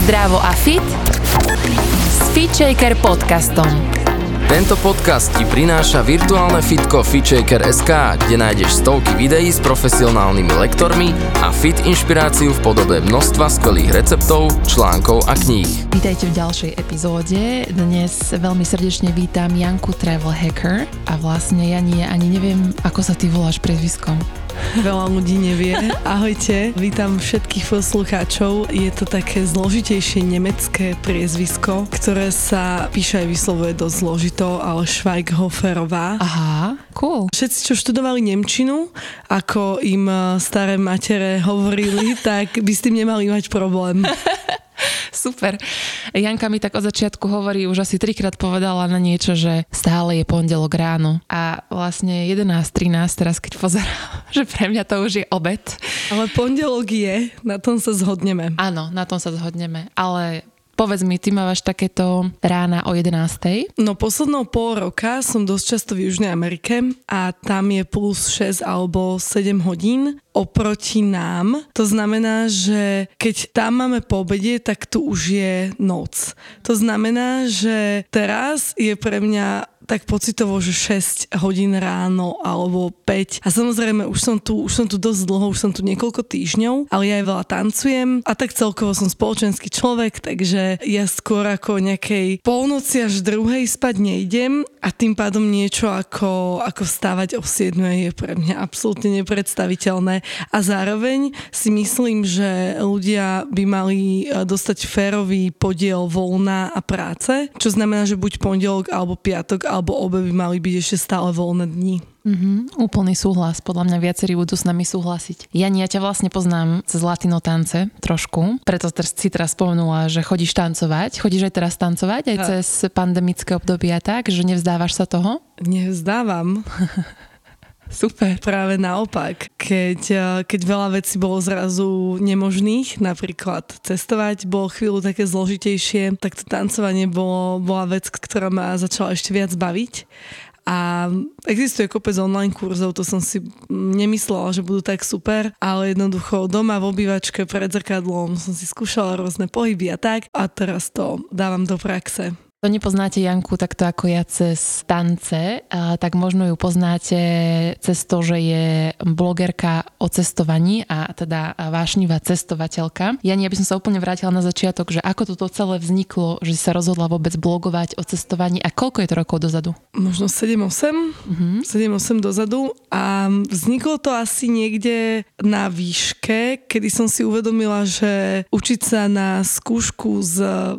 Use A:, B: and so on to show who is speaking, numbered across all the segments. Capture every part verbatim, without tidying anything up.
A: Zdravo a fit s FitShaker podcastom.
B: Tento podcast ti prináša virtuálne fitko FitShaker bodka es ká, kde nájdeš stovky videí s profesionálnymi lektormi a fit inšpiráciu v podobe množstva skvelých receptov, článkov a kníh.
C: Vítajte v ďalšej epizóde. Dnes veľmi srdečne vítam Janku Travel Hacker a vlastne ja nie, ani neviem, ako sa ty voláš priezviskom.
D: Veľa ľudí nevie. Ahojte, vítam všetkých poslucháčov. Je to také zložitejšie nemecké priezvisko, ktoré sa píše aj vyslovuje dosť zložito, ale Schweighoferová.
C: Aha, cool.
D: Všetci, čo študovali nemčinu, ako im staré matere hovorili, tak by s tým nemali mať problém.
C: Super. Janka mi tak od začiatku hovorí, už asi trikrát povedala na niečo, že stále je pondelok ráno. A vlastne jedenásť trinásť teraz, keď pozerám, že pre mňa to už je obed.
D: Ale pondelok je, na tom sa zhodneme.
C: Áno, na tom sa zhodneme, ale... Povedz mi, ty mávaš takéto rána o jedenástej?
D: No poslednou pol roka som dosť často v Južnej Amerike a tam je plus šesť alebo sedem hodín oproti nám. To znamená, že keď tam máme po obede, tak tu už je noc. To znamená, že teraz je pre mňa tak pocitovo, že šesť hodín ráno alebo päť. A samozrejme, už som tu, už som tu dosť dlho, už som tu niekoľko týždňov, ale ja aj veľa tancujem a tak celkovo som spoločenský človek, takže ja skôr ako nejakej polnoci až druhej spať nejdem a tým pádom niečo ako, ako vstávať o siedmej je pre mňa absolútne nepredstaviteľné. A zároveň si myslím, že ľudia by mali dostať férový podiel voľna a práce, čo znamená, že buď pondelok alebo piatok alebo obe by mali byť ešte stále voľné dni.
C: Mm-hmm, úplný súhlas. Podľa mňa viacerí budú s nami súhlasiť. Jani, ja ťa vlastne poznám cez latino tance trošku, preto si teraz spomenula, že chodíš tancovať. Chodíš aj teraz tancovať, aj
D: a.
C: cez pandemické obdobia tak, že nevzdávaš sa toho?
D: Nevzdávam.
C: Super.
D: Práve naopak, keď, keď veľa vecí bolo zrazu nemožných, napríklad cestovať bolo chvíľu také zložitejšie, tak to tancovanie bolo, bola vec, ktorá ma začala ešte viac baviť. A existuje kopec online kurzov, to som si nemyslela, že budú tak super, ale jednoducho doma v obývačke pred zrkadlom som si skúšala rôzne pohyby a tak a teraz to dávam do praxe.
C: To nepoznáte Janku takto ako ja cez tance, a tak možno ju poznáte cez to, že je blogerka o cestovaní a teda vášnivá cestovateľka. Jani, ja by som sa úplne vrátila na začiatok, že ako toto celé vzniklo, že si sa rozhodla vôbec blogovať o cestovaní a koľko je to rokov dozadu?
D: Možno sedem osem, uh-huh. sedem osem dozadu a vzniklo to asi niekde na výške, kedy som si uvedomila, že učiť sa na skúšku z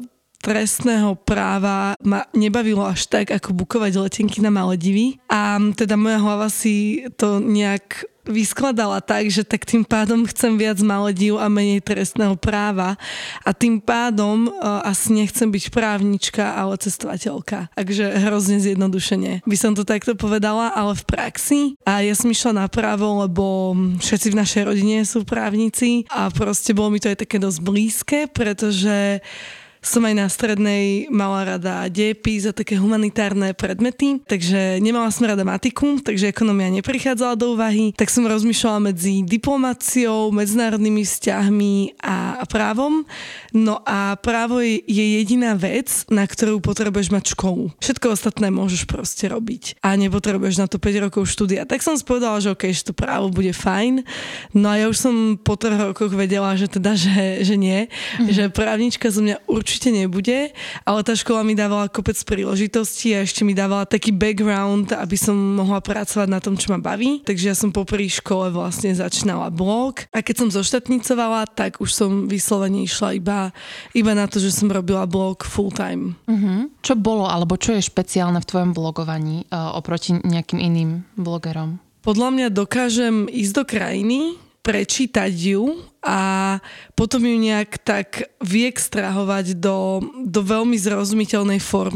D: trestného práva ma nebavilo až tak, ako bukovať letenky na Maledivy. A teda moja hlava si to nejak vyskladala tak, že tak tým pádom chcem viac Malediv a menej trestného práva a tým pádom uh, asi nechcem byť právnička, ale cestovateľka. Takže hrozne zjednodušene by som to takto povedala, ale v praxi. A ja som išla na právo, lebo všetci v našej rodine sú právnici a proste bolo mi to aj také dosť blízke, pretože som aj na strednej mala rada dejepis a také humanitárne predmety, takže nemala som rada matiku, takže ekonomia neprichádzala do úvahy. Tak som rozmýšľala medzi diplomáciou, medzinárodnými vzťahmi a, a právom. No a právo je, je jediná vec, na ktorú potrebuješ mať školu. Všetko ostatné môžeš proste robiť a nepotrebuješ na to päť rokov štúdia. Tak som si povedala, že okej, že to právo bude fajn. No a ja už som po troch rokoch vedela, že teda, že, že nie, mm. že právnička zo mňa určite určite nebude, ale tá škola mi dávala kopec príležitostí a ešte mi dávala taký background, aby som mohla pracovať na tom, čo ma baví. Takže ja som popri škole vlastne začínala blog a keď som zoštátnicovala, tak už som vyslovene išla iba, iba na to, že som robila blog full time.
C: Uh-huh. Čo bolo, alebo čo je špeciálne v tvojom blogovaní uh, oproti nejakým iným blogerom?
D: Podľa mňa dokážem ísť do krajiny, prečítať ju a potom ju nejak tak vyextrahovať do, do veľmi zrozumiteľnej formy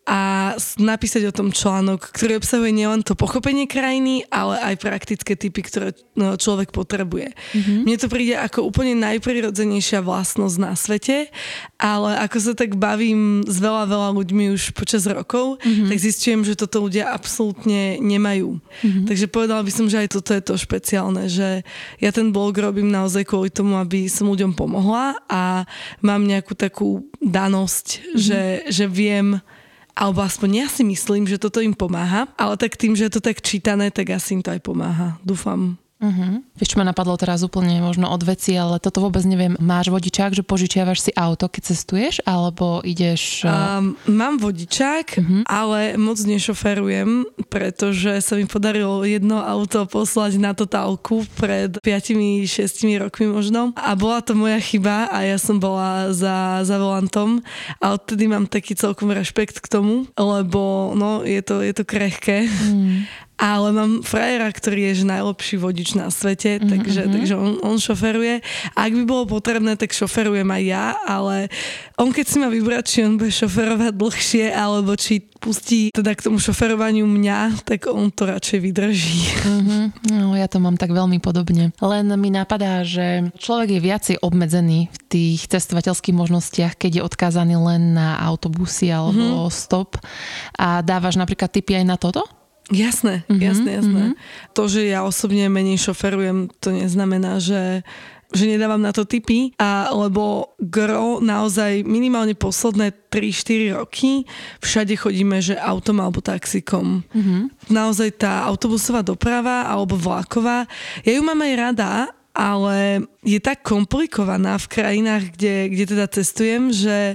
D: a napísať o tom článok, ktorý obsahuje nielen to pochopenie krajiny, ale aj praktické typy, ktoré no, človek potrebuje. Mm-hmm. Mne to príde ako úplne najprirodzenejšia vlastnosť na svete, ale ako sa tak bavím s veľa, veľa ľuďmi už počas rokov, mm-hmm. tak zistujem, že toto ľudia absolútne nemajú. Mm-hmm. Takže povedala by som, že aj toto je to špeciálne, že ja ten blog robím naozaj kvôli tomu, aby som ľuďom pomohla a mám nejakú takú danosť, mm-hmm. že, že viem, alebo aspoň ja si myslím, že toto im pomáha, ale tak tým, že je to tak čítané, tak asi im to aj pomáha. Dúfam.
C: Uh-huh. Vieš, čo ma napadlo teraz úplne možno od veci, ale toto vôbec neviem. Máš vodičák, že požičiavaš si auto, keď cestuješ, alebo ideš...
D: Um, mám vodičák, uh-huh. ale moc nešoferujem, pretože sa mi podarilo jedno auto poslať na totálku pred piatimi šestimi rokmi možno. A bola to moja chyba a ja som bola za, za volantom a odtedy mám taký celkom rešpekt k tomu, lebo no, je to, je to krehké. Uh-huh. Ale mám frajera, ktorý je že najlepší vodič na svete, mm-hmm. takže, takže on, on šoferuje. A ak by bolo potrebné, tak šoferujem aj ja, ale on keď si má vybrať, či on bude šoferovať dlhšie, alebo či pustí teda k tomu šoferovaniu mňa, tak on to radšej vydrží.
C: Mm-hmm. No, ja to mám tak veľmi podobne. Len mi napadá, že človek je viacej obmedzený v tých cestovateľských možnostiach, keď je odkázaný len na autobusy alebo mm-hmm. stop. A dávaš napríklad tipy aj na toto?
D: Jasné, mm-hmm, jasné, jasné. Mm-hmm. To, že ja osobne menej šoferujem, to neznamená, že, že nedávam na to tipy, a, lebo gro naozaj minimálne posledné tri štyri roky všade chodíme, že autom alebo taxikom. Mm-hmm. Naozaj tá autobusová doprava alebo vlaková, ja ju mám aj rada, ale je tak komplikovaná v krajinách, kde, kde teda cestujem, že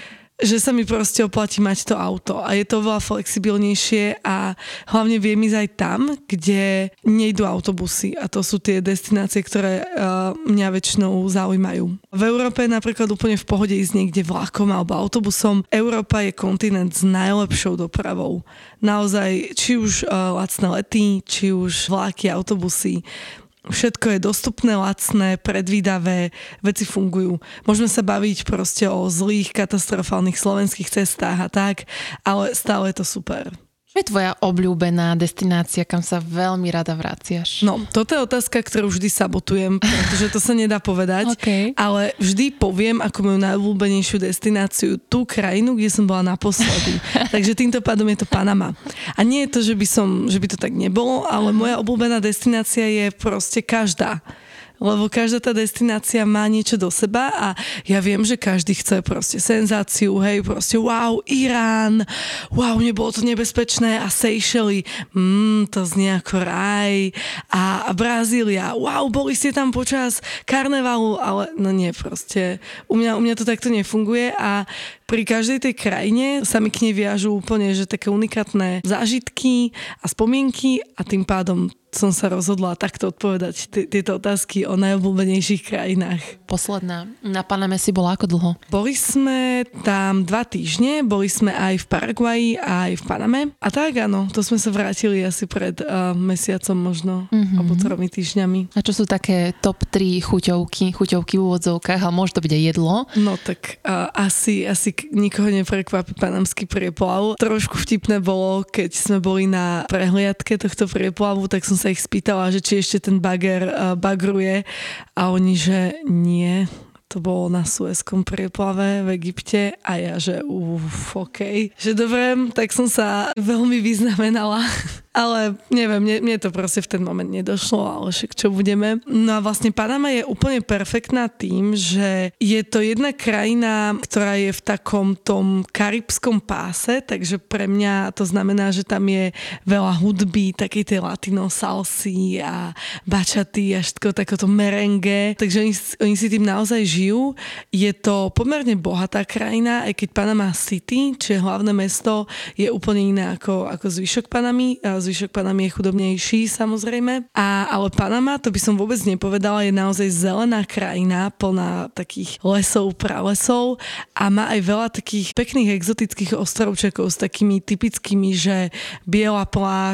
D: že sa mi proste oplatí mať to auto a je to veľa flexibilnejšie a hlavne viem ísť aj tam, kde nejdú autobusy a to sú tie destinácie, ktoré uh, mňa väčšinou zaujímajú. V Európe napríklad úplne v pohode ísť niekde vlakom alebo autobusom. Európa je kontinent s najlepšou dopravou. Naozaj, či už uh, lacné lety, či už vláky, autobusy. Všetko je dostupné, lacné, predvídavé, veci fungujú. Môžeme sa baviť proste o zlých, katastrofálnych slovenských cestách a tak, ale stále je to super.
C: Čo je tvoja obľúbená destinácia, kam sa veľmi rada vraciaš?
D: No, toto je otázka, ktorú vždy sabotujem, pretože to sa nedá povedať, okay. ale vždy poviem, ako moju najobľúbenejšiu destináciu tú krajinu, kde som bola naposledy. Takže týmto pádom je to Panama. A nie je to, že by, som, že by to tak nebolo, ale moja obľúbená destinácia je proste každá. Lebo každá tá destinácia má niečo do seba a ja viem, že každý chce proste senzáciu, hej, proste wow, Irán, wow, nebolo to nebezpečné a Seychely, mm, to znie ako raj a, a Brazília, wow, boli ste tam počas karnevalu, ale no nie, proste u mňa, u mňa to takto nefunguje a pri každej tej krajine sa mi k nej viažú úplne, že také unikátne zážitky a spomienky a tým pádom som sa rozhodla takto odpovedať t- tieto otázky o najobľúbenejších krajinách.
C: Posledná. Na Paname si bola ako dlho?
D: Boli sme tam dva týždne, boli sme aj v Paraguaji, aj v Paname. A tak áno, to sme sa vrátili asi pred uh, mesiacom možno, mm-hmm. alebo tromi týždňami.
C: A čo sú také top tri chuťovky, chuťovky v úvodzovkách, ale môže to byť aj jedlo?
D: No tak uh, asi, asi nikoho neprekvapí panamský prieplav. Trošku vtipné bolo, keď sme boli na prehliadke tohto prieplavu, tak som sa ich spýtala, že či ešte ten bager uh, bagruje a oni, že nie, to bolo na Suezkom prieplave v Egypte a ja, že uf, okej. Okay. Že dobre, tak som sa veľmi vyznamenala. Ale neviem, mne, mne to proste v ten moment nedošlo, ale však čo budeme. No a vlastne Panama je úplne perfektná tým, že je to jedna krajina, ktorá je v takom tom karibskom páse, takže pre mňa to znamená, že tam je veľa hudby, takej tej latino salsy a bachaty a všetko takéto merengue, takže oni, oni si tým naozaj žijú. Je to pomerne bohatá krajina, aj keď Panama City, čiže hlavné mesto, je úplne iné ako, ako zvyšok Panamy. Zvyšok Panamy je chudobnejší, samozrejme. A, ale Panama, to by som vôbec nepovedala, je naozaj zelená krajina, plná takých lesov, pralesov a má aj veľa takých pekných exotických ostrovčekov s takými typickými, že biela pláž,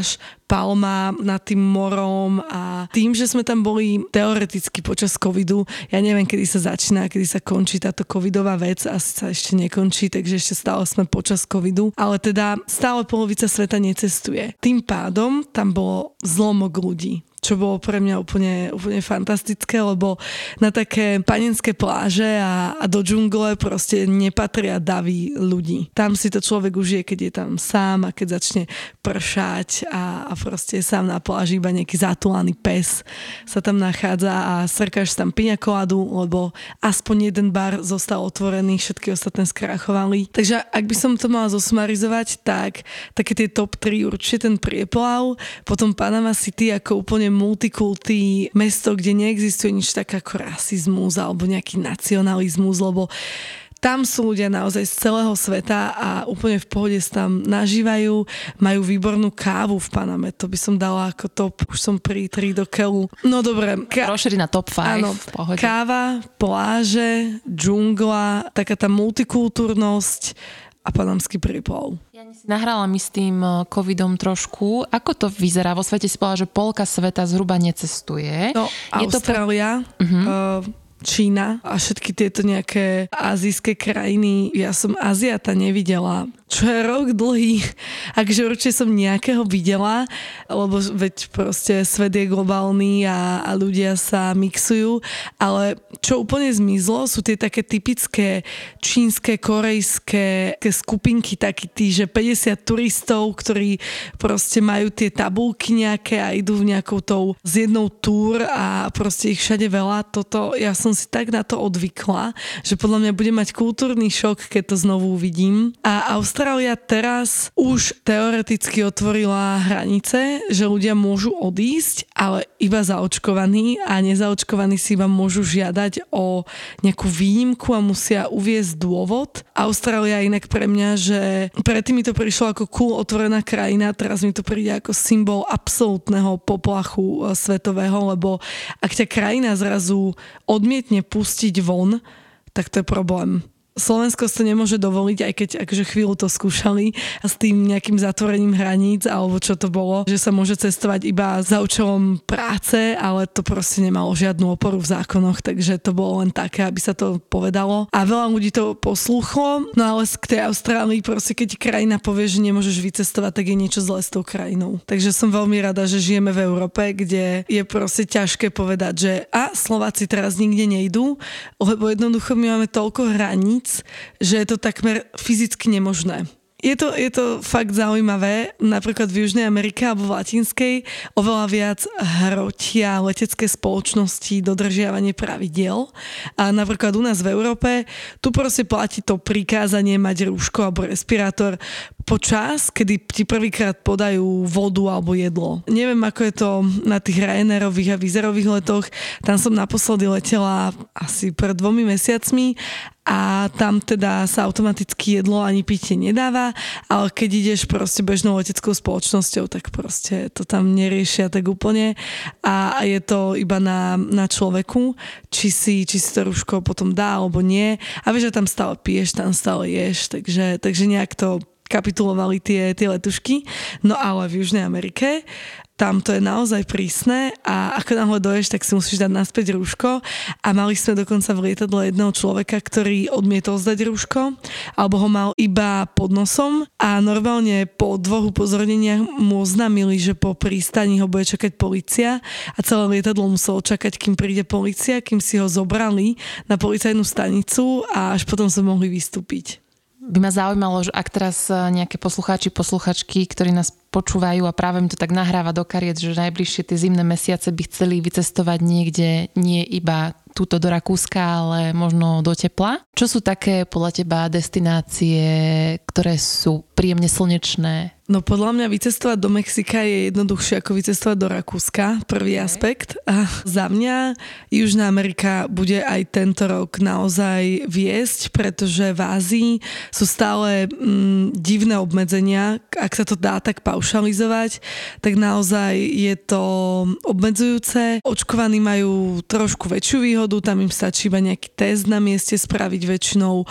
D: Palma nad tým morom a tým, že sme tam boli teoreticky počas covidu, ja neviem, kedy sa začína, kedy sa končí táto covidová vec, asi sa ešte nekončí, takže ešte stále sme počas covidu, ale teda stále polovica sveta necestuje. Tým pádom tam bolo zlomok ľudí, čo bolo pre mňa úplne, úplne fantastické, lebo na také panenské pláže a, a do džungle proste nepatria davy ľudí. Tam si to človek užije, keď je tam sám a keď začne pršať a, a proste je sám na pláži, iba nejaký zatulaný pes sa tam nachádza a srkáš tam piňa koladu, lebo aspoň jeden bar zostal otvorený, všetky ostatné skrachovali. Takže ak by som to mala zosumarizovať, tak také tie top tri určite ten prieplav, potom Panama City ako úplne multikulty, mesto, kde neexistuje nič tak ako rasizmus alebo nejaký nacionalizmus, lebo tam sú ľudia naozaj z celého sveta a úplne v pohode sa tam nažívajú, majú výbornú kávu v Paname, to by som dala ako top, už som pri tri do keľu. No dobre.
C: Ka- Rozšíri na top päť.
D: Áno,
C: v pohode.
D: Káva, pláže, džungla, taká tá multikultúrnosť a panamský príplav.
C: Ja si nahrala mi s tým covidom trošku. Ako to vyzerá? Vo svete si povedala, že polka sveta zhruba necestuje.
D: No,
C: je
D: Austrália,
C: to... uh-huh.
D: uh, Čína a všetky tieto nejaké azijské krajiny. Ja som Aziata nevidela, čo je rok dlhý. Takže určite som nejakého videla, lebo veď proste svet je globálny a, a ľudia sa mixujú. Ale čo úplne zmizlo, sú tie také typické čínske, korejské skupinky, takí tí, že päťdesiat turistov, ktorí proste majú tie tabulky nejaké a idú v nejakou tou z jednou túr a proste ich všade veľa. Toto, ja som si tak na to odvykla, že podľa mňa budem mať kultúrny šok, keď to znovu uvidím. A Austrália teraz už teoreticky otvorila hranice, že ľudia môžu odísť, ale iba zaočkovaní a nezaočkovaní si iba môžu žiadať o nejakú výnimku a musia uviesť dôvod. Austrália inak pre mňa, že predtým mi to prišlo ako cool otvorená krajina, teraz mi to príde ako symbol absolútneho poplachu svetového, lebo ak ťa krajina zrazu odmietne pustiť von, tak to je problém. Slovensko sa nemôže dovoliť, aj keď akože chvíľu to skúšali a s tým nejakým zatvorením hraníc alebo čo to bolo, že sa môže cestovať iba za účelom práce, ale to proste nemalo žiadnu oporu v zákonoch, takže to bolo len také, aby sa to povedalo. A veľa ľudí to poslúchlo, no ale k tej Austrálii proste, keď krajina povie, že nemôžeš vycestovať, tak je niečo zlé s tou krajinou. Takže som veľmi rada, že žijeme v Európe, kde je proste ťažké povedať, že a Slováci teraz nikde nejdú, lebo jednoducho my máme toľko hraníc, že je to takmer fyzicky nemožné. Je to, je to fakt zaujímavé, napríklad v Južnej Amerike alebo v Latinskej oveľa viac hrotia letecké spoločnosti dodržiavanie pravidiel a napríklad u nás v Európe tu proste platí to prikázanie mať rúško alebo respirátor počas, kedy ti prvýkrát podajú vodu alebo jedlo. Neviem, ako je to na tých Ryanairových a Wizairových letoch, tam som naposledy letela asi pred dvomi mesiacmi a tam teda sa automaticky jedlo ani pitie nedáva, ale keď ideš proste bežnou leteckou spoločnosťou, tak proste to tam neriešia tak úplne a je to iba na, na človeku, či si, či si to rúško potom dá alebo nie a vieš, že tam stále piješ, tam stále ješ, takže, takže nejak to kapitulovali tie, tie letušky. No ale v Južnej Amerike tam to je naozaj prísne a ako náhle doješ, tak si musíš dať naspäť rúško a mali sme dokonca v lietadle jedného človeka, ktorý odmietol zdať rúško alebo ho mal iba pod nosom a normálne po dvoch upozorneniach mu oznámili, že po pristáni ho bude čakať polícia a celé lietadlo muselo čakať, kým príde polícia, kým si ho zobrali na policajnú stanicu a až potom sa mohli vystúpiť.
C: By ma zaujímalo, že ak teraz nejaké poslucháči, posluchačky, ktorí nás počúvajú a práve mi to tak nahráva do kariet, že najbližšie tie zimné mesiace by chceli vycestovať niekde, nie iba túto do Rakúska, ale možno do tepla. Čo sú také podľa teba destinácie, ktoré sú príjemne slnečné?
D: No podľa mňa vycestovať do Mexika je jednoduchšie ako vycestovať do Rakúska, prvý okay. aspekt. A za mňa Južná Amerika bude aj tento rok naozaj viesť, pretože v Ázii sú stále mm, divné obmedzenia. Ak sa to dá tak paušalizovať, tak naozaj je to obmedzujúce. Očkovaní majú trošku väčšiu výhodu, tam im stačí iba nejaký test na mieste spraviť väčšinou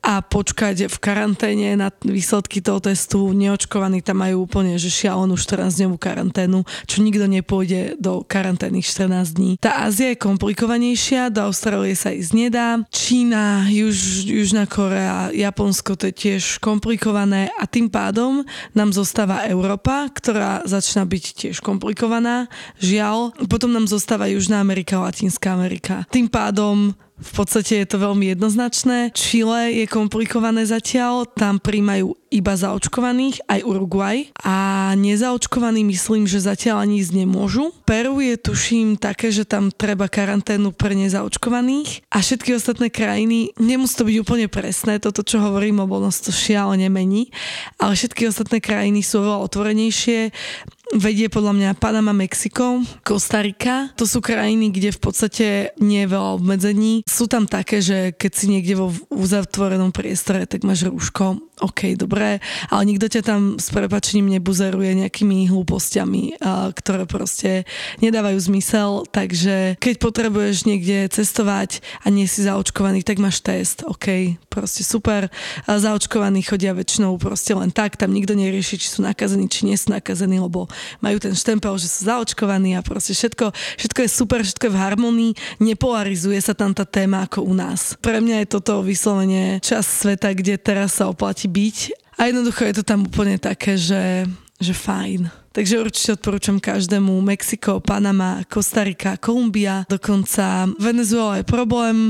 D: a počkať v karanténe na výsledky toho testu. Neočkovaní tam majú úplne že šialenú štrnásťdňovú karanténu, čo nikto nepôjde do karantény štrnásť dní. Tá Ázia je komplikovanejšia, do Austrálie sa ísť nedá. Čína, Juž, Južná Korea, Japonsko, to je tiež komplikované a tým pádom nám zostáva Európa, ktorá začína byť tiež komplikovaná, žiaľ. Potom nám zostáva Južná Amerika, Latinská Amerika. Tým pádom v podstate je to veľmi jednoznačné. Čile je komplikované zatiaľ, tam príjmajú iba zaočkovaných, aj Uruguay. A nezaočkovaní myslím, že zatiaľ ani ísť nemôžu. Peru je tuším také, že tam treba karanténu pre nezaočkovaných. A všetky ostatné krajiny, nemusí to byť úplne presné, toto čo hovorím, lebo ono to šialene mení, ale všetky ostatné krajiny sú oveľa otvorenejšie. Vedie podľa mňa Panama, Mexiko, Kostarika. To sú krajiny, kde v podstate nie je veľa obmedzení. Sú tam také, že keď si niekde vo uzatvorenom priestore, tak máš rúško. OK, dobré, ale nikto ťa tam s prepáčením nebuzeruje nejakými hlúpostiami, ktoré proste nedávajú zmysel. Takže keď potrebuješ niekde cestovať a nie si zaočkovaný, tak máš test. OK, proste super. A zaočkovaní chodia väčšinou proste len tak. Tam nikto nerieši, či sú nakazení, či nie sú nakazení, lebo majú ten štempel, že sú zaočkovaní a proste všetko, všetko je super, všetko je v harmonii, nepolarizuje sa tam tá téma ako u nás. Pre mňa je toto vyslovene časť sveta, kde teraz sa oplatí byť a jednoducho je to tam úplne také, že, že fajn. Takže určite odporúčam každému Mexiko, Panama, Kostarika, Kolumbia, dokonca Venezuela je problém,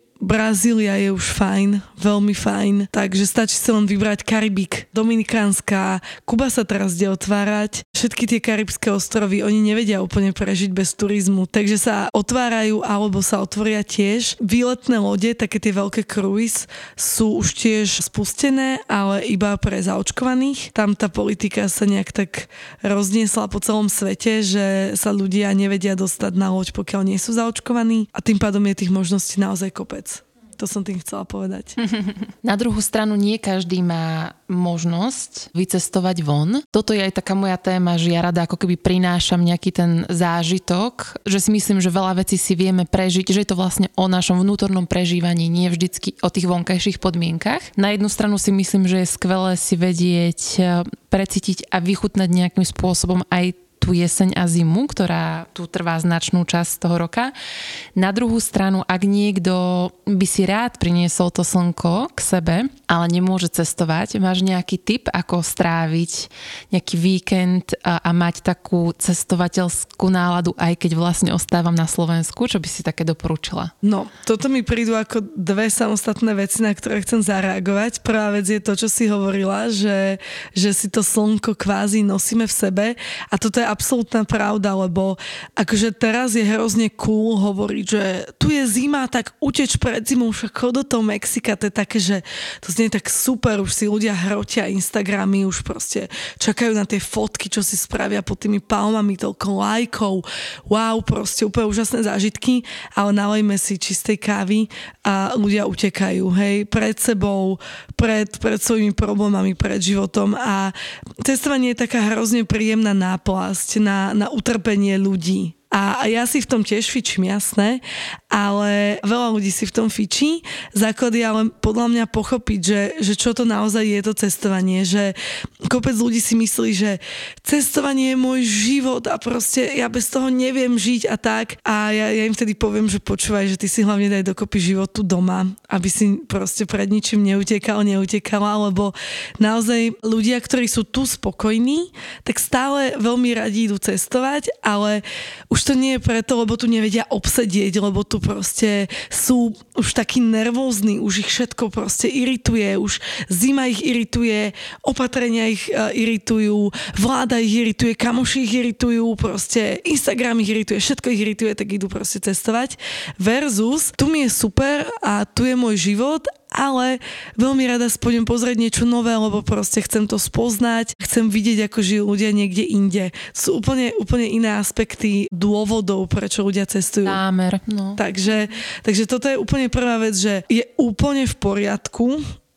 D: Brazília je už fajn, veľmi fajn, takže stačí si len vybrať Karibik, Dominikánska, Kuba sa teraz ide otvárať, všetky tie karibské ostrovy, oni nevedia úplne prežiť bez turizmu, takže sa otvárajú alebo sa otvoria tiež. Výletné lode, také tie veľké cruise, sú už tiež spustené, ale iba pre zaočkovaných. Tam tá politika sa nejak tak rozniesla po celom svete, že sa ľudia nevedia dostať na loď, pokiaľ nie sú zaočkovaní a tým pádom je tých možností naozaj kopec. To som tým chcela povedať.
C: Na druhú stranu nie každý má možnosť vycestovať von. Toto je aj taká moja téma, že ja rada ako keby prinášam nejaký ten zážitok, že si myslím, že veľa vecí si vieme prežiť, že je to vlastne o našom vnútornom prežívaní, nie vždycky o tých vonkajších podmienkach. Na jednu stranu si myslím, že je skvelé si vedieť, precítiť a vychutnať nejakým spôsobom aj tú jeseň a zimu, ktorá tu trvá značnú časť toho roka. Na druhú stranu, ak niekto by si rád priniesol to slnko k sebe, ale nemôže cestovať, máš nejaký tip, ako stráviť nejaký víkend a, a mať takú cestovateľskú náladu, aj keď vlastne ostávam na Slovensku? Čo by si také doporučila?
D: No, toto mi prídu ako dve samostatné veci, na ktoré chcem zareagovať. Prvá vec je to, čo si hovorila, že, že si to slnko kvázi nosíme v sebe a toto je absolútna pravda, lebo akože teraz je hrozne cool hovoriť, že tu je zima, tak uteč pred zimou, však chod do toho Mexika, to je také, že to znie tak super, už si ľudia hrotia Instagramy, už proste čakajú na tie fotky, čo si spravia pod tými palmami, toľko lajkov, wow, proste úplne úžasné zážitky, ale nalejme si čistej kávy a ľudia utekajú, hej, pred sebou, pred, pred svojimi problémami, pred životom a cestovanie je taká hrozne príjemná náplasť na, na utrpenie ľudí. A, a ja si v tom tiež fičím, jasné, ale veľa ľudí si v tom fičí. Základ je ale podľa mňa pochopiť, že, že čo to naozaj je to cestovanie, že kopec ľudí si myslí, že cestovanie je môj život a proste ja bez toho neviem žiť a tak. A ja, ja im vtedy poviem, že počúvaj, že ty si hlavne daj dokopy život tu doma, aby si proste pred ničím neutekal, neutekala, lebo naozaj ľudia, ktorí sú tu spokojní, tak stále veľmi radi idú cestovať, ale už to nie je preto, lebo tu nevedia obsedieť, lebo tu proste sú už takí nervózni, už ich všetko proste irituje, už zima ich irituje, opatrenia ich uh, iritujú, vláda ich irituje, kamoši ich iritujú, proste Instagram ich irituje, všetko ich irituje, tak idú proste cestovať. Versus, tu mi je super a tu je môj život, ale veľmi rada spôjdem pozrieť niečo nové, lebo proste chcem to spoznať, chcem vidieť, ako žijú ľudia niekde inde. Sú úplne, úplne iné aspekty dôvodov, prečo ľudia cestujú.
C: Zámer, no.
D: Takže, takže toto je úplne prvá vec, že je úplne v poriadku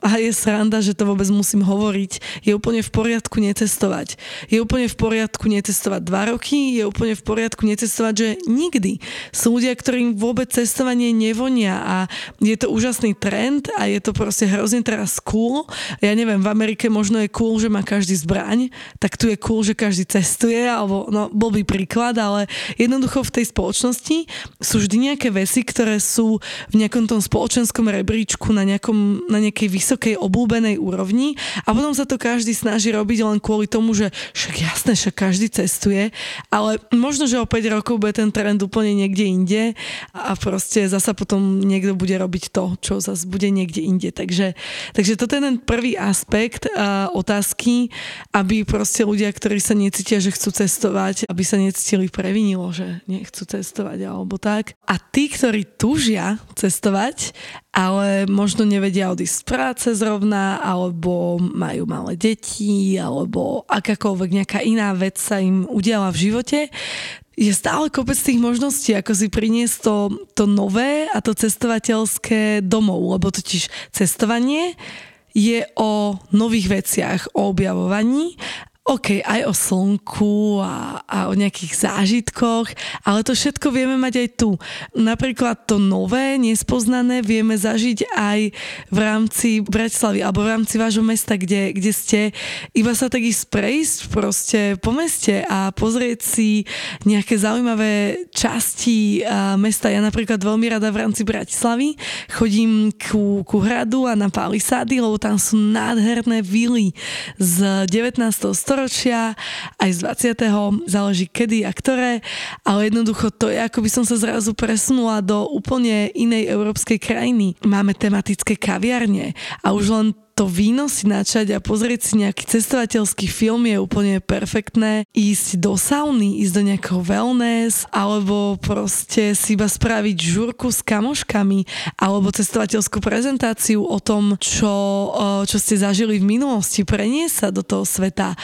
D: a je sranda, že to vôbec musím hovoriť, je úplne v poriadku necestovať. Je úplne v poriadku necestovať dva roky, je úplne v poriadku necestovať, že nikdy. Sú ľudia, ktorým vôbec cestovanie nevonia a je to úžasný trend a je to proste hrozne teraz cool. Ja neviem, v Amerike možno je cool, že má každý zbraň, tak tu je cool, že každý cestuje, alebo no, bol by príklad, ale jednoducho v tej spoločnosti sú vždy nejaké veci, ktoré sú v nejakom tom spoločenskom rebríčku na, nejakom, na nejakej vysokej obľúbenej úrovni a potom sa to každý snaží robiť len kvôli tomu, že však jasné, však každý cestuje, ale možno, že o päť rokov bude ten trend úplne niekde inde a proste zasa potom niekto bude robiť to, čo zase bude niekde inde. Takže, takže toto je ten prvý aspekt uh, otázky, aby proste ľudia, ktorí sa necítia, že chcú cestovať, aby sa necítili previnilo, že nechcú cestovať alebo tak. A tí, ktorí túžia cestovať, ale možno nevedia odísť z práce zrovna, alebo majú malé deti, alebo akákoľvek nejaká iná vec sa im udiala v živote, je stále kopec tých možností, ako si priniesť to, to nové a to cestovateľské domov, lebo totiž cestovanie je o nových veciach, o objavovaní. OK, aj o slnku a, a o nejakých zážitkoch, ale to všetko vieme mať aj tu. Napríklad to nové, nespoznané vieme zažiť aj v rámci Bratislavy alebo v rámci vášho mesta, kde, kde ste iba sa tak ísť prejsť proste po meste a pozrieť si nejaké zaujímavé časti mesta. Ja napríklad veľmi rada v rámci Bratislavy chodím ku, ku hradu a na palisády, lebo tam sú nádherné vily z devätnásteho storočia, aj z dvadsiateho záleží kedy a ktoré, ale jednoducho to je, ako by som sa zrazu presunula do úplne inej európskej krajiny. Máme tematické kaviarne a už len to víno si načať a pozrieť si nejaký cestovateľský film je úplne perfektné. Ísť do sauny, ísť do nejakého wellness, alebo proste si iba spraviť žurku s kamoškami, alebo cestovateľskú prezentáciu o tom, čo, čo ste zažili v minulosti, preniesť sa do toho sveta,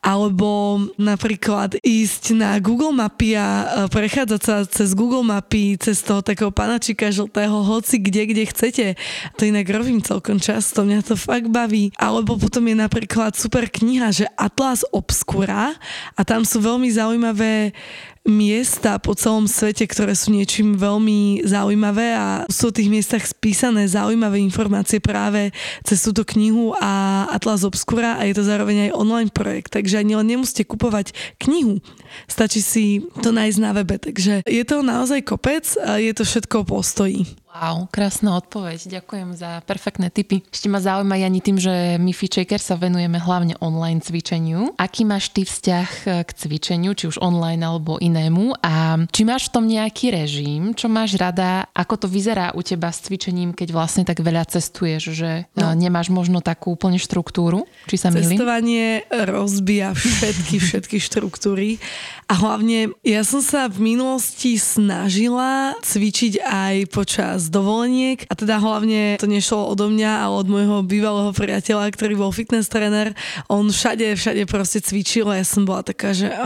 D: alebo napríklad ísť na Google mapy a prechádzať sa cez Google mapy, cez toho takého panačika žltého, hoci kde, kde chcete. To inak robím celkom často, mňa to fakt baví. Alebo potom je napríklad super kniha, že Atlas Obscura a tam sú veľmi zaujímavé miesta po celom svete, ktoré sú niečím veľmi zaujímavé a sú v tých miestach spísané zaujímavé informácie práve cez túto knihu a Atlas Obscura a je to zároveň aj online projekt, takže ani len nemusíte kupovať knihu. Stačí si to nájsť na webe, takže je to naozaj kopec a je to všetko o postoji.
C: Wow, krásna odpoveď. Ďakujem za perfektné tipy. Ešte ma zaujíma, Jani, tým, že my FitShaker sa venujeme hlavne online cvičeniu. Aký máš ty vzťah k cvičeniu, či už online alebo inému? A či máš v tom nejaký režim? Čo máš rada? Ako to vyzerá u teba s cvičením, keď vlastne tak veľa cestuješ, že no. nemáš možno takú úplne štruktúru? Či sa mýlim?
D: Cestovanie rozbíja všetky, všetky štruktúry. A hlavne ja som sa v minulosti snažila cvičiť aj počas dovoleniek a teda hlavne to nešlo odo mňa, ale od môjho bývalého priateľa, ktorý bol fitness tréner. On všade, všade proste cvičil a ja som bola taká, že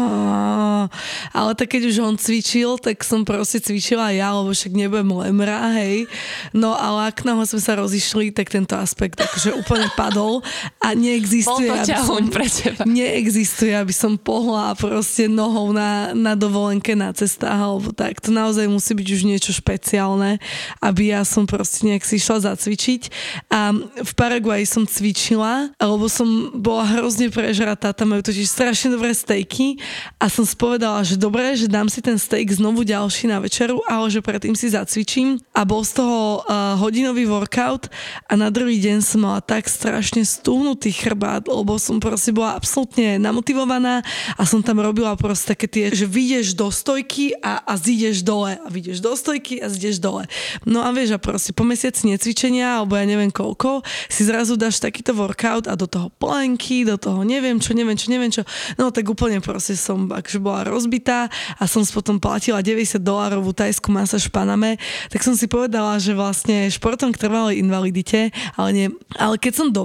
D: ale tak keď už on cvičil, tak som proste cvičila ja, lebo však nebudem lemra, hej. No ale ak náhle sme sa rozišli, tak tento aspekt akože úplne padol a neexistuje,
C: Bol to ťahuň pre teba.
D: Neexistuje, aby som pohla proste nohou na, na dovolenke, na cestách alebo tak. To naozaj musí byť už niečo špeciálne, aby ja som proste nejak si išla zacvičiť. A v Paraguaji som cvičila, lebo som bola hrozne prežratá, tam majú totiž strašne dobré stejky a som spovedala, že dobre, že dám si ten steak znovu ďalší na večeru, ale že predtým si zacvičím a bol z toho uh, hodinový workout a na druhý deň som mala tak strašne stúhnutý chrbát, lebo som proste bola absolútne namotivovaná a som tam robila proste také tie, že vyjdeš do stojky a, a zídeš dole a vyjdeš do stojky a zídeš dole. No a vieš, a proste po mesiaci necvičenia, alebo ja neviem koľko, si zrazu dáš takýto workout a do toho plenky, do toho neviem čo, neviem čo, neviem čo. No tak úplne proste som akože bola rozbitá a som si potom platila deväťdesiat dolárovú tajskú masáž v Paname, tak som si povedala, že vlastne športom k trvalej invalidite, ale nie. Ale keď som doma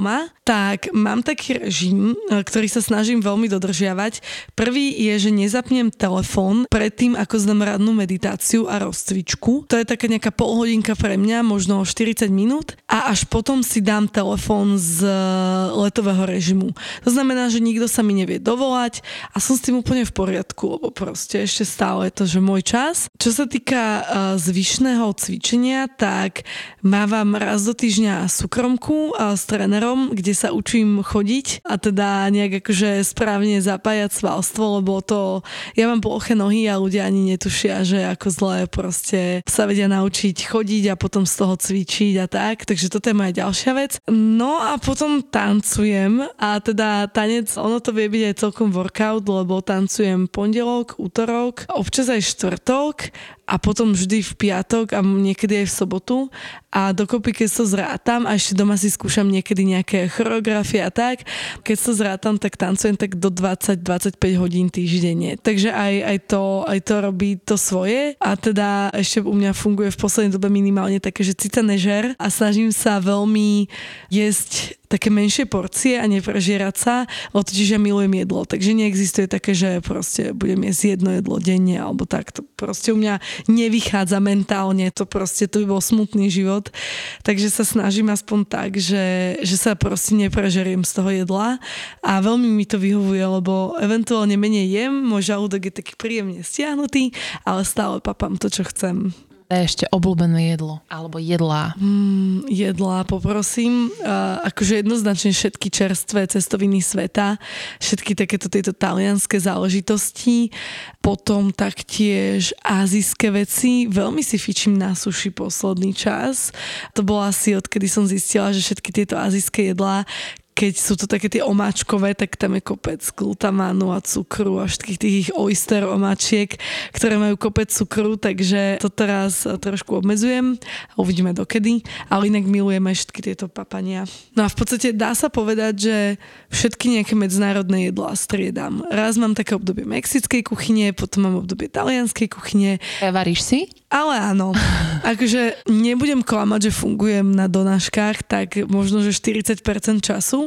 D: tak mám taký režim, ktorý sa snažím veľmi dodržiavať. Prvý je, že nezapnem telefón predtým, ako zdám rannú meditáciu a rozcvičku. To je taká nejaká polhodinka pre mňa, možno štyridsať minút a až potom si dám telefón z letového režimu. To znamená, že nikto sa mi nevie dovolať a som s tým úplne v poriadku, lebo proste ešte stále je to, že môj čas. Čo sa týka uh, zvyšného cvičenia, tak mávam raz do týždňa súkromku uh, s trénerom, kde sa učím chodiť a teda nejak akože správne zapájať svalstvo, lebo to, ja mám ploché nohy a ľudia ani netušia, že ako zle proste sa vedia naučiť chodiť a potom z toho cvičiť a tak, takže toto je moja ďalšia vec. No a potom tancujem a teda tanec, ono to vie byť aj celkom workout, lebo tancujem pondelok, útorok, občas aj štvrtok a potom vždy v piatok a niekedy aj v sobotu a dokopy, keď to zrátam a ešte doma si skúšam niekedy nejaké choreografie a tak, keď to zrátam, tak tancujem tak do dvadsať až dvadsaťpäť hodín týždenne. Takže aj, aj, to, aj to robí to svoje a teda ešte u mňa funguje v poslednej dobe minimálne také, že citanežer a snažím sa veľmi jesť také menšie porcie a neprežierať sa, lebo totiž ja milujem jedlo, takže neexistuje také, že proste budem jesť jedno jedlo denne alebo tak, to proste u mňa nevychádza mentálne, to proste to by bol smutný život, takže sa snažím aspoň tak, že, že sa proste neprežeriem z toho jedla a veľmi mi to vyhovuje, lebo eventuálne menej jem, môj žalúdok je taký príjemne stiahnutý, ale stále papám to, čo chcem.
C: Ešte obľúbené jedlo, alebo jedlá.
D: Mm, jedlá, poprosím. Uh, akože jednoznačne všetky čerstvé cestoviny sveta, všetky takéto tieto talianské záležitosti, potom taktiež azijské veci. Veľmi si fičím na suši posledný čas. To bolo asi odkedy som zistila, že všetky tieto azijské jedlá, keď sú to také tie omáčkové, tak tam je kopec glutamánu a cukru a všetkých tých oyster omáčiek, ktoré majú kopec cukru, takže to teraz trošku obmedzujem a uvidíme dokedy, ale inak milujem aj všetky tieto papania. No a v podstate dá sa povedať, že všetky nejaké medzinárodné jedlá striedam. Raz mám také obdobie mexickej kuchyne, potom mám obdobie talianskej kuchyne.
C: A varíš si?
D: Ale áno, akože nebudem klamať, že fungujem na donáškach, tak možno, že štyridsať percent času,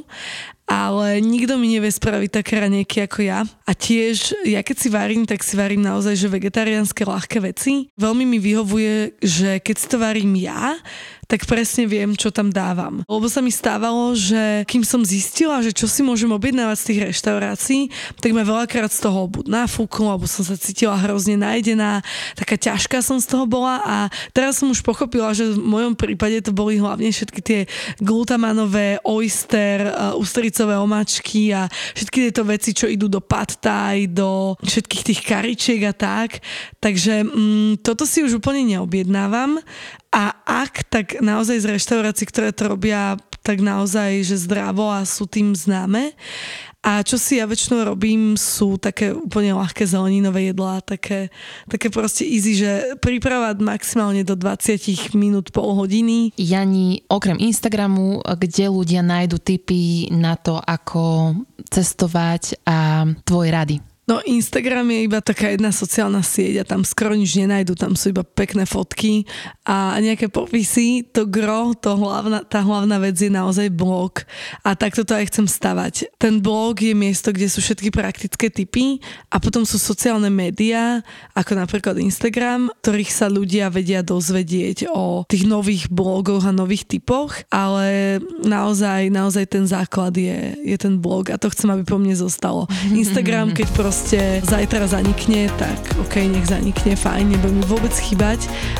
D: ale nikto mi nevie spraviť také ranieky ako ja. A tiež, ja keď si varím, tak si varím naozaj, že vegetariánske ľahké veci. Veľmi mi vyhovuje, že keď si to varím ja, tak presne viem, čo tam dávam. Lebo sa mi stávalo, že kým som zistila, že čo si môžem objednávať z tých reštaurácií, tak ma veľakrát z toho buď nafúklo, alebo som sa cítila hrozne najedená, taká ťažká som z toho bola a teraz som už pochopila, že v mojom prípade to boli hlavne všetky tie glutamanové, oyster, ústricové omáčky a všetky tieto veci, čo idú do pad thai, do všetkých tých karičiek a tak. Takže mm, toto si už úplne neobjednávam. A ak, tak naozaj z reštaurácií, ktoré to robia tak naozaj, že zdravo a sú tým známe. A čo si ja väčšinou robím, sú také úplne ľahké zeleninové jedlá, také, také proste easy, že pripravať maximálne do dvadsať minút, pol hodiny.
C: Jani, okrem Instagramu, kde ľudia nájdu tipy na to, ako cestovať a tvoje rady?
D: No Instagram je iba taká jedna sociálna sieť a tam skoro nič nenajdu, tam sú iba pekné fotky a nejaké popisy. To gro, to hlavná, tá hlavná vec je naozaj blog a takto to aj chcem stavať. Ten blog je miesto, kde sú všetky praktické tipy a potom sú sociálne médiá, ako napríklad Instagram, ktorých sa ľudia vedia dozvedieť o tých nových blogoch a nových typoch, ale naozaj, naozaj ten základ je, je ten blog a to chcem, aby po mne zostalo. Instagram, keď proste proste zajtra zanikne, tak okej, okay, nech zanikne, fajn, nebude mi vôbec chýbať,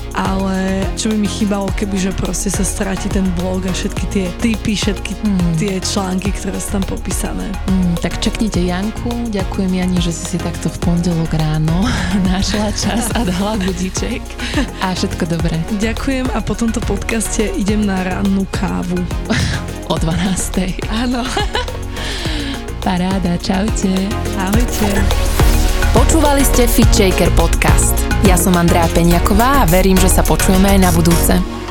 D: ale čo by mi chýbalo, kebyže proste sa stráti ten blog a všetky tie tipy, všetky mm. tie články, ktoré sú tam popísané.
C: Mm, tak čeknite Janku, ďakujem Jani, že si si takto v pondelok ráno našla čas a dala budíček a všetko dobré.
D: Ďakujem a po tomto podcaste idem na rannú kávu.
C: O dvanástej.
D: Áno.
C: Paráda, čaute.
D: Ahojte.
A: Počúvali ste Fit Shaker podcast. Ja som Andrea Peňaková a verím, že sa počujeme aj na budúce.